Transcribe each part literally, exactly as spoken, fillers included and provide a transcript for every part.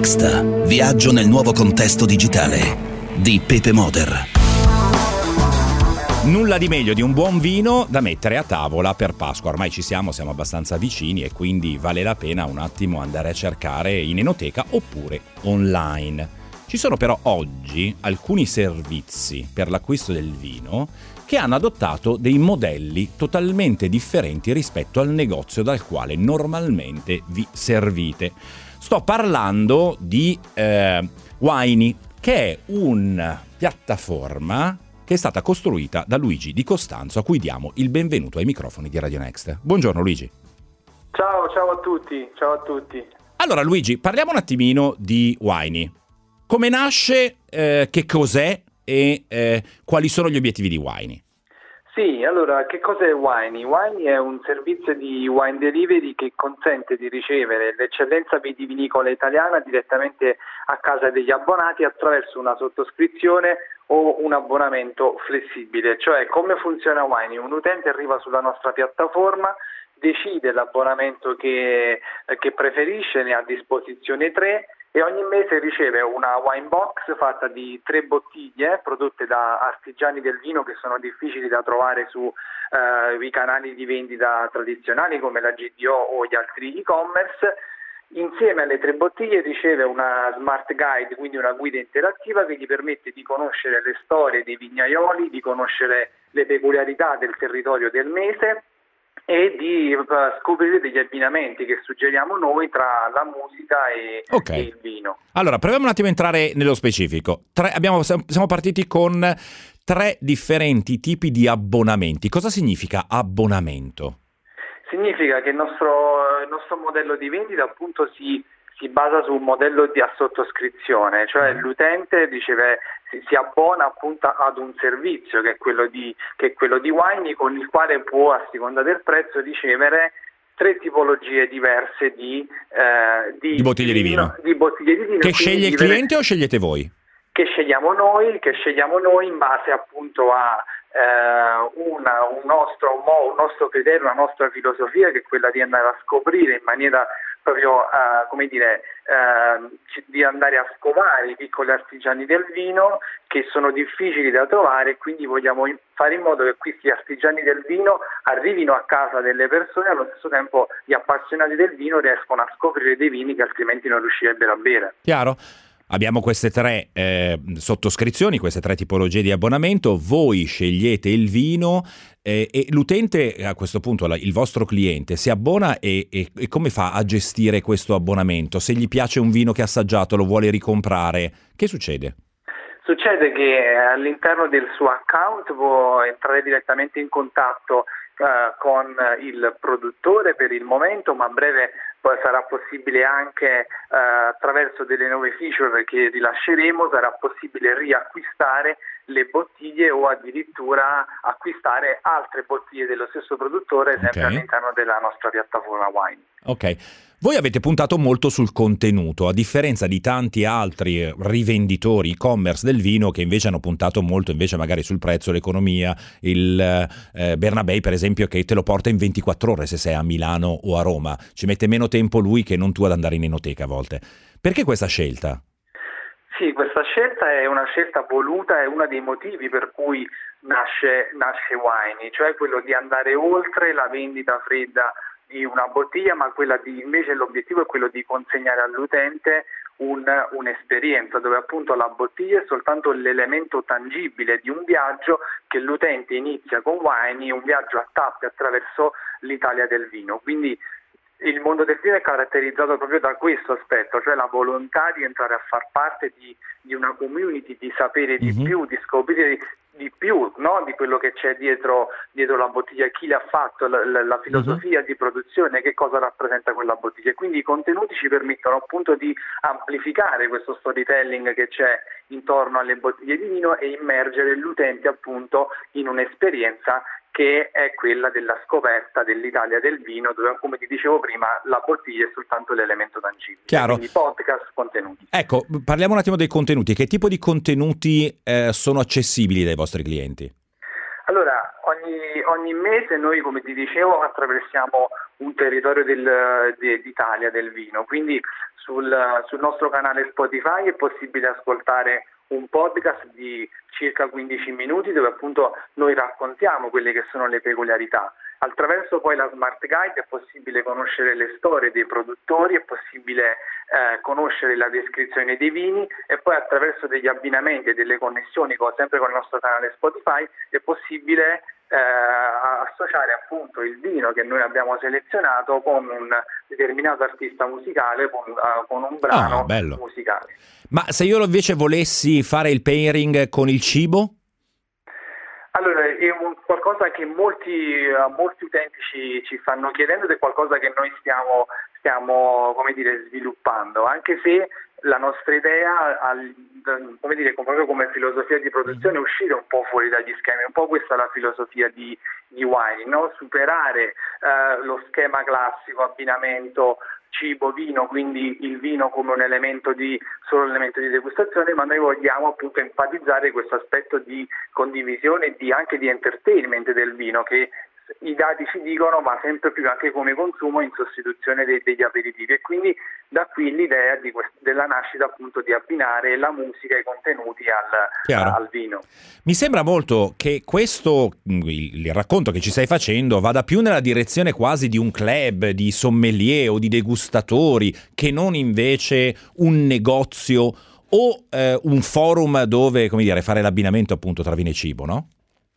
Next. Viaggio nel nuovo contesto digitale di Pepe Moder. Nulla di meglio di un buon vino da mettere a tavola per Pasqua. Ormai ci siamo, siamo abbastanza vicini e quindi vale la pena un attimo andare a cercare in enoteca oppure online. Ci sono però oggi alcuni servizi per l'acquisto del vino che hanno adottato dei modelli totalmente differenti rispetto al negozio dal quale normalmente vi servite. Sto parlando di eh, Winy, che è una piattaforma che è stata costruita da Luigi Di Costanzo, a cui diamo il benvenuto ai microfoni di Radio Next. Buongiorno Luigi. Ciao, ciao a tutti, ciao a tutti. Allora Luigi, parliamo un attimino di Winy. Come nasce, eh, che cos'è e eh, quali sono gli obiettivi di Winy? Sì, allora, che cos'è Winy? Winy è un servizio di wine delivery che consente di ricevere l'eccellenza vitivinicola italiana direttamente a casa degli abbonati attraverso una sottoscrizione o un abbonamento flessibile. Cioè, come funziona Winy? Un utente arriva sulla nostra piattaforma, decide l'abbonamento che, che preferisce, ne ha a disposizione tre, e ogni mese riceve una wine box fatta di tre bottiglie prodotte da artigiani del vino che sono difficili da trovare su eh, i canali di vendita tradizionali come la G D O o gli altri e-commerce. Insieme alle tre bottiglie riceve una smart guide, quindi una guida interattiva che gli permette di conoscere le storie dei vignaioli, di conoscere le peculiarità del territorio del mese e di uh, scoprire degli abbinamenti che suggeriamo noi tra la musica e, okay. e il vino. Allora, proviamo un attimo a entrare nello specifico. Tre, abbiamo, siamo partiti con tre differenti tipi di abbonamenti. Cosa significa abbonamento? Significa che il nostro, il nostro modello di vendita appunto si, si basa su un modello di a sottoscrizione, cioè mm. l'utente riceve si abbona appunto ad un servizio che è quello di che è quello di Winy, con il quale può, a seconda del prezzo, ricevere tre tipologie diverse di, eh, di, di bottiglie di vino. Di bottiglie di vino. Che sceglie il cliente o scegliete voi? Che scegliamo noi, che scegliamo noi in base appunto a eh, una, un, nostro, un nostro criterio, una nostra filosofia, che è quella di andare a scoprire in maniera proprio, uh, come dire, uh, di andare a scovare i piccoli artigiani del vino che sono difficili da trovare, e quindi vogliamo fare in modo che questi artigiani del vino arrivino a casa delle persone e allo stesso tempo gli appassionati del vino riescono a scoprire dei vini che altrimenti non riuscirebbero a bere. Chiaro? Abbiamo queste tre eh, sottoscrizioni, queste tre tipologie di abbonamento, voi scegliete il vino eh, e l'utente, a questo punto il vostro cliente, si abbona e, e, e come fa a gestire questo abbonamento? Se gli piace un vino che ha assaggiato, lo vuole ricomprare, che succede? Succede che all'interno del suo account può entrare direttamente in contatto Uh, con il produttore per il momento, ma a breve poi sarà possibile anche uh, attraverso delle nuove feature che rilasceremo, sarà possibile riacquistare le bottiglie o addirittura acquistare altre bottiglie dello stesso produttore sempre okay. all'interno della nostra piattaforma Winy. Ok. Voi avete puntato molto sul contenuto, a differenza di tanti altri rivenditori e-commerce del vino che invece hanno puntato molto invece magari sul prezzo, l'economia, il eh, Bernabei per esempio che te lo porta in ventiquattro ore se sei a Milano o a Roma, ci mette meno tempo lui che non tu ad andare in enoteca a volte. Perché questa scelta? Sì, questa scelta è una scelta voluta, è uno dei motivi per cui nasce, nasce Winy, cioè quello di andare oltre la vendita fredda di una bottiglia, ma quella di invece l'obiettivo è quello di consegnare all'utente un, un'esperienza dove appunto la bottiglia è soltanto l'elemento tangibile di un viaggio che l'utente inizia con Winy, un viaggio a tappe attraverso l'Italia del vino. Quindi il mondo del vino è caratterizzato proprio da questo aspetto, cioè la volontà di entrare a far parte di, di una community, di sapere di mm-hmm. più, di scoprire di, di più, no? Di quello che c'è dietro, dietro la bottiglia, chi l'ha fatto, la, la, la filosofia mm-hmm. di produzione, che cosa rappresenta quella bottiglia. E quindi i contenuti ci permettono appunto di amplificare questo storytelling che c'è intorno alle bottiglie di vino e immergere l'utente appunto in un'esperienza che è quella della scoperta dell'Italia del vino, dove, come ti dicevo prima, la bottiglia è soltanto l'elemento tangibile. Chiaro. Quindi podcast, contenuti. Ecco, parliamo un attimo dei contenuti. Che tipo di contenuti eh, sono accessibili dai vostri clienti? Allora, ogni, ogni mese noi, come ti dicevo, attraversiamo un territorio del, de, d'Italia del vino. Quindi sul, sul nostro canale Spotify è possibile ascoltare un podcast di circa quindici minuti dove appunto noi raccontiamo quelle che sono le peculiarità. Attraverso poi la Smart Guide è possibile conoscere le storie dei produttori, è possibile eh, conoscere la descrizione dei vini e poi attraverso degli abbinamenti e delle connessioni con, sempre con il nostro canale Spotify è possibile eh, associare appunto il vino che noi abbiamo selezionato con un determinato artista musicale, con, uh, con un brano ah, musicale. Ma se io invece volessi fare il pairing con il cibo? Allora, è un, qualcosa che molti, uh, molti utenti ci, ci stanno chiedendo ed è qualcosa che noi stiamo, stiamo come dire, sviluppando, anche se la nostra idea, al, come dire, proprio come filosofia di produzione, è uscire un po' fuori dagli schemi, un po' questa è la filosofia di, di Wine, no? Superare uh, lo schema classico, abbinamento cibo, vino, quindi il vino come un elemento di solo un elemento di degustazione, ma noi vogliamo appunto enfatizzare questo aspetto di condivisione e di, anche di entertainment del vino che i dati ci dicono, ma sempre più anche come consumo in sostituzione dei, degli aperitivi, e quindi da qui l'idea di quest- della nascita appunto di abbinare la musica e i contenuti al, al vino. Mi sembra molto che questo, il, il racconto che ci stai facendo, vada più nella direzione quasi di un club di sommelier o di degustatori che non invece un negozio o eh, un forum dove, come dire, fare l'abbinamento appunto tra vino e cibo, no?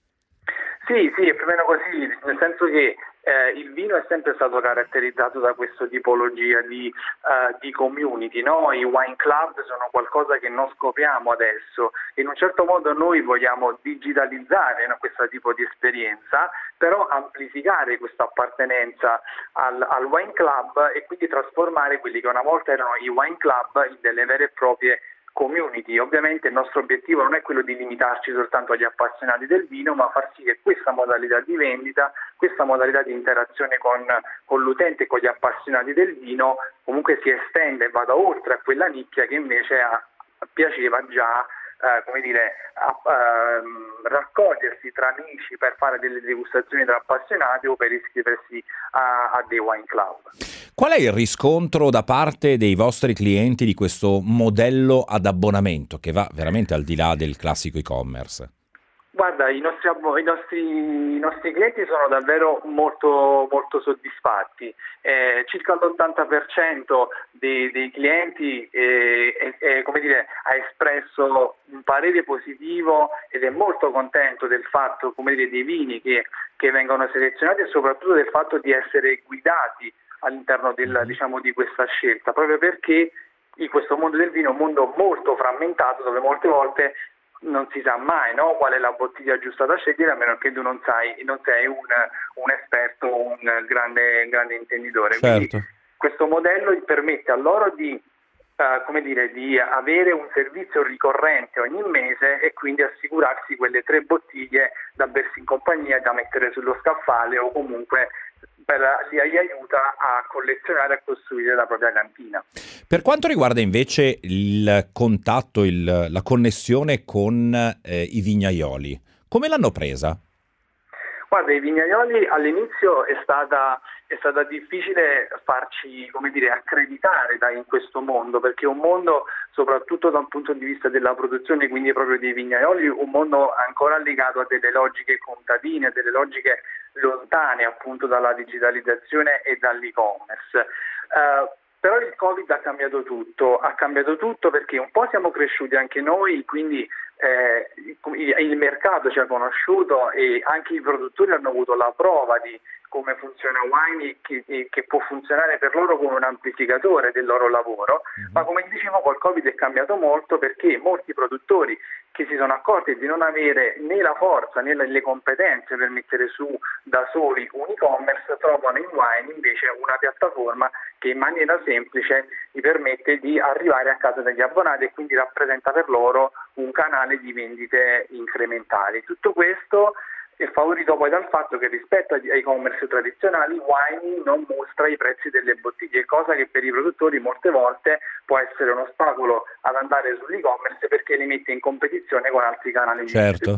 Sì, sì, è più o meno così, nel senso che eh, il vino è sempre stato caratterizzato da questa tipologia di, uh, di community, no? I wine club sono qualcosa che non scopriamo adesso, in un certo modo noi vogliamo digitalizzare, no, questo tipo di esperienza, però amplificare questa appartenenza al, al wine club e quindi trasformare quelli che una volta erano i wine club in delle vere e proprie community. Ovviamente il nostro obiettivo non è quello di limitarci soltanto agli appassionati del vino, ma far sì che questa modalità di vendita, questa modalità di interazione con, con l'utente e con gli appassionati del vino comunque si estenda e vada oltre a quella nicchia che invece a, piaceva già eh, come dire, a, a, raccogliersi tra amici per fare delle degustazioni tra appassionati o per iscriversi a, a dei wine club. Qual è il riscontro da parte dei vostri clienti di questo modello ad abbonamento che va veramente al di là del classico e-commerce? Guarda, i nostri, i nostri, i nostri clienti sono davvero molto, molto soddisfatti. Eh, circa l'ottanta per cento dei, dei clienti eh, eh, come dire, ha espresso un parere positivo ed è molto contento del fatto, come dire, dei vini che, che vengono selezionati e soprattutto del fatto di essere guidati all'interno del, diciamo, di questa scelta, proprio perché in questo mondo del vino è un mondo molto frammentato dove molte volte non si sa mai, no, qual è la bottiglia giusta da scegliere, a meno che tu non sai, non sei un, un esperto, un grande, grande intenditore. Certo. Quindi questo modello permette a loro di, uh, come dire, di avere un servizio ricorrente ogni mese e quindi assicurarsi quelle tre bottiglie da bersi in compagnia, da mettere sullo scaffale o comunque per, li, li aiuta a collezionare e a costruire la propria cantina. Per quanto riguarda invece il contatto, il, la connessione con eh, i vignaioli, come l'hanno presa? Guarda, i vignaioli all'inizio è stata, è stata difficile farci, come dire, accreditare da, in questo mondo, perché è un mondo, soprattutto da un punto di vista della produzione, quindi proprio dei vignaioli, un mondo ancora legato a delle logiche contadine, a delle logiche lontane appunto dalla digitalizzazione e dall'e-commerce. Uh, Però il Covid ha cambiato tutto, ha cambiato tutto perché un po' siamo cresciuti anche noi, quindi eh, il mercato ci ha conosciuto e anche i produttori hanno avuto la prova di come funziona Wine, che, che può funzionare per loro come un amplificatore del loro lavoro, mm-hmm. ma come dicevo col Covid è cambiato molto perché molti produttori che si sono accorti di non avere né la forza né le competenze per mettere su da soli un e-commerce trovano in Wine invece una piattaforma che in maniera semplice gli permette di arrivare a casa degli abbonati e quindi rappresenta per loro un canale di vendite incrementali. Tutto questo è favorito poi dal fatto che rispetto ai e-commerce tradizionali Wine non mostra i prezzi delle bottiglie, cosa che per i produttori molte volte può essere un ostacolo ad andare sull'e-commerce perché li mette in competizione con altri canali certo, di distribuzione.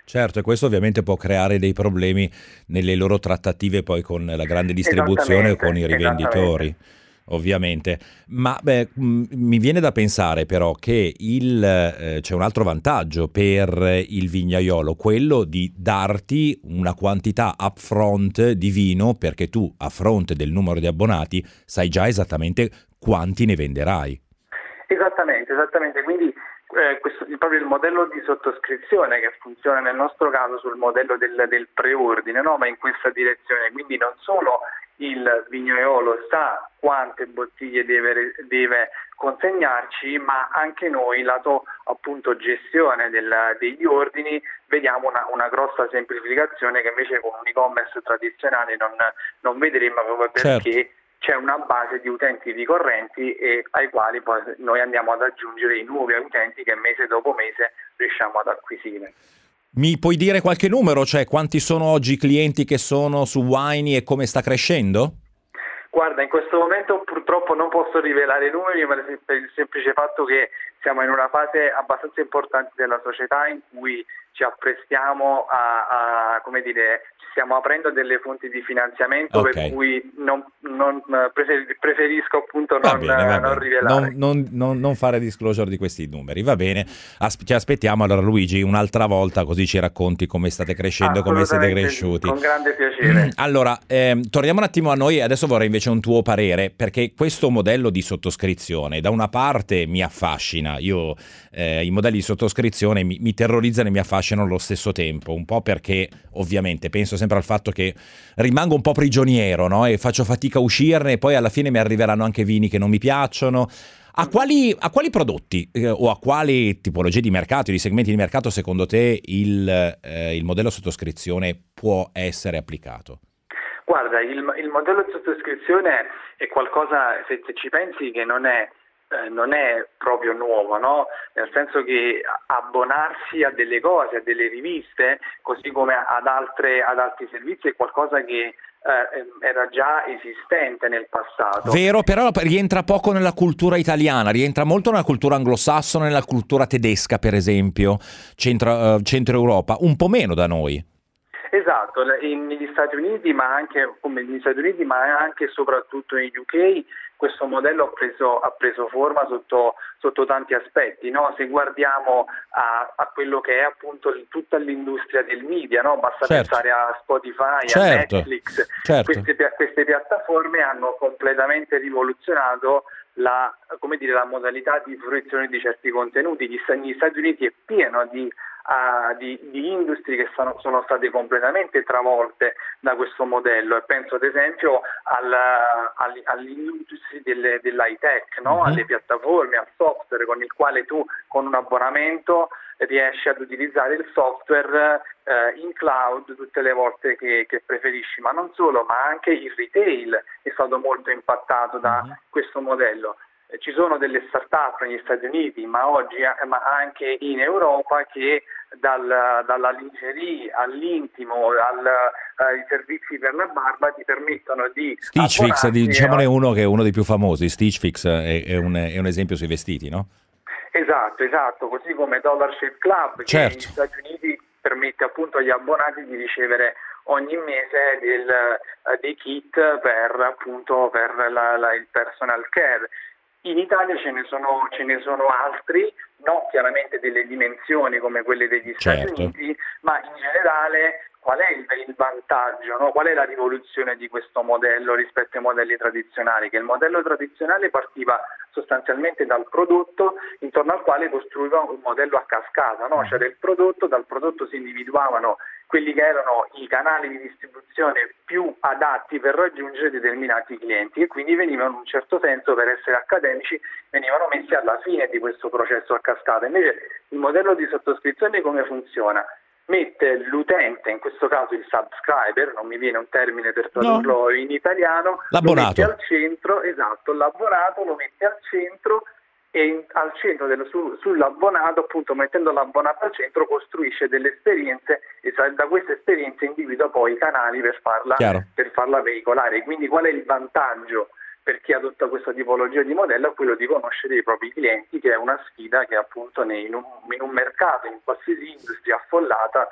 Certo, e questo ovviamente può creare dei problemi nelle loro trattative poi con la grande distribuzione o con i rivenditori, ovviamente. Ma beh, mh, mi viene da pensare però che il, eh, c'è un altro vantaggio per il vignaiolo, quello di darti una quantità upfront di vino, perché tu a fronte del numero di abbonati sai già esattamente quanti ne venderai. Esattamente, esattamente. Quindi eh, questo, proprio il modello di sottoscrizione che funziona nel nostro caso sul modello del, del preordine, no? Ma in questa direzione. Quindi non solo il vignaiolo sa quante bottiglie deve, deve consegnarci, ma anche noi, lato appunto gestione del, degli ordini, vediamo una, una grossa semplificazione che invece con un e-commerce tradizionale non, non vedremo, proprio perché certo. C'è una base di utenti ricorrenti e ai quali poi noi andiamo ad aggiungere i nuovi utenti che mese dopo mese riusciamo ad acquisire. Mi puoi dire qualche numero? Cioè quanti sono oggi i clienti che sono su Winey e come sta crescendo? Guarda, in questo momento purtroppo non posso rivelare i numeri, ma per il semplice fatto che siamo in una fase abbastanza importante della società in cui ci apprestiamo a, a come dire, ci stiamo aprendo delle fonti di finanziamento, okay. Per cui non, non preferisco appunto non, bene, non rivelare. Non, non, non, non fare disclosure di questi numeri, va bene. As- ci aspettiamo allora Luigi un'altra volta, così ci racconti come state crescendo, come siete cresciuti. Con grande piacere. Allora, ehm, torniamo un attimo a noi, adesso vorrei invece un tuo parere, perché questo modello di sottoscrizione da una parte mi affascina, io eh, i modelli di sottoscrizione mi, mi terrorizzano e mi affascinano allo stesso tempo, un po' perché ovviamente penso sempre al fatto che rimango un po' prigioniero, no? E faccio fatica a uscirne e poi alla fine mi arriveranno anche vini che non mi piacciono. A quali, a quali prodotti eh, o a quali tipologie di mercato, di segmenti di mercato secondo te il, eh, il modello sottoscrizione può essere applicato? Guarda, il, il modello di sottoscrizione è qualcosa, se, se ci pensi, che non è Eh, non è proprio nuovo, no? Nel senso che abbonarsi a delle cose, a delle riviste, così come ad altre ad altri servizi, è qualcosa che eh, era già esistente nel passato. Vero, però rientra poco nella cultura italiana, rientra molto nella cultura anglosassone, nella cultura tedesca, per esempio, centro, uh, centro Europa, un po' meno da noi. Esatto, negli Stati Uniti, ma anche come negli Stati Uniti, ma anche e soprattutto in U K, questo modello ha preso, ha preso forma sotto, sotto tanti aspetti, no? Se guardiamo a, a quello che è appunto tutta l'industria del media, no? Basta certo. pensare a Spotify, certo. a Netflix, certo. queste, queste piattaforme hanno completamente rivoluzionato la, come dire, la modalità di fruizione di certi contenuti. Gli Stati Uniti è pieno di Uh, di, di industrie che sono, sono state completamente travolte da questo modello, e penso ad esempio al, all, all'industria delle, dell'high tech, no? Mm-hmm. Alle piattaforme, al software con il quale tu con un abbonamento riesci ad utilizzare il software uh, in cloud tutte le volte che, che preferisci, ma non solo, ma anche il retail è stato molto impattato da mm-hmm. questo modello. Ci sono delle start-up negli Stati Uniti, ma oggi ma anche in Europa, che dal, dalla lingerie all'intimo, al, ai servizi per la barba ti permettono di Stitch Fix, diciamone uno che è uno dei più famosi. Stitch Fix è, è, un, è un esempio sui vestiti, no? Esatto, esatto, così come Dollar Shave Club, certo. che negli Stati Uniti permette appunto agli abbonati di ricevere ogni mese del, uh, dei kit per appunto per la, la, il personal care. In Italia ce ne sono ce ne sono altri, non chiaramente delle dimensioni come quelle degli Stati certo. Uniti, ma in generale qual è il, il vantaggio, no? Qual è la rivoluzione di questo modello rispetto ai modelli tradizionali? Che il modello tradizionale partiva sostanzialmente dal prodotto, intorno al quale costruiva un modello a cascata, no? Cioè del prodotto, dal prodotto si individuavano quelli che erano i canali di distribuzione più adatti per raggiungere determinati clienti, e quindi venivano, in un certo senso, per essere accademici, venivano messi alla fine di questo processo a cascata. Invece il modello di sottoscrizione come funziona? Mette l'utente, in questo caso il subscriber, non mi viene un termine per tradurlo no. in italiano, l'abbonato. Lo mette al centro, esatto, l'abbonato lo mette al centro, e in, al centro del, su, sull'abbonato, appunto mettendo l'abbonato al centro, costruisce delle esperienze, e da queste esperienze individua poi i canali per farla, per farla veicolare. Quindi qual è il vantaggio per chi adotta questa tipologia di modello? È quello di conoscere i propri clienti, che è una sfida che appunto in un, in un mercato, in qualsiasi industria affollata,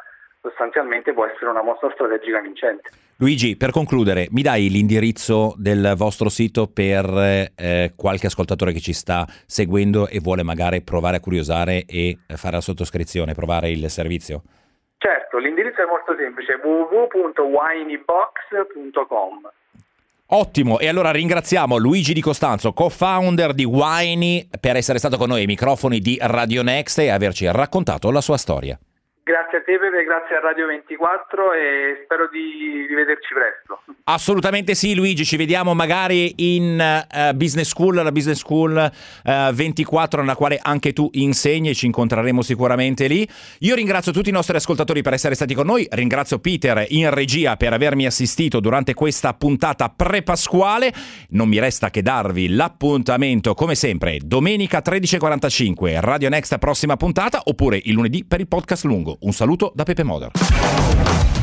sostanzialmente può essere una mossa strategica vincente. Luigi, per concludere, mi dai l'indirizzo del vostro sito per eh, qualche ascoltatore che ci sta seguendo e vuole magari provare a curiosare e fare la sottoscrizione, provare il servizio? Certo, l'indirizzo è molto semplice, w w w punto wineybox punto com. Ottimo, e allora ringraziamo Luigi Di Costanzo, co-founder di Winey, per essere stato con noi ai microfoni di Radio Next e averci raccontato la sua storia. Grazie a te Pepe, grazie a Radio ventiquattro e spero di rivederci presto. Assolutamente sì Luigi, ci vediamo magari in uh, Business School, la Business School uh, ventiquattro nella quale anche tu insegni e ci incontreremo sicuramente lì. Io ringrazio tutti i nostri ascoltatori per essere stati con noi, ringrazio Peter in regia per avermi assistito durante questa puntata pre-pasquale. Non mi resta che darvi l'appuntamento come sempre domenica tredici e quarantacinque, Radio Next prossima puntata, oppure il lunedì per il podcast lungo. Un saluto da Pepe Moder.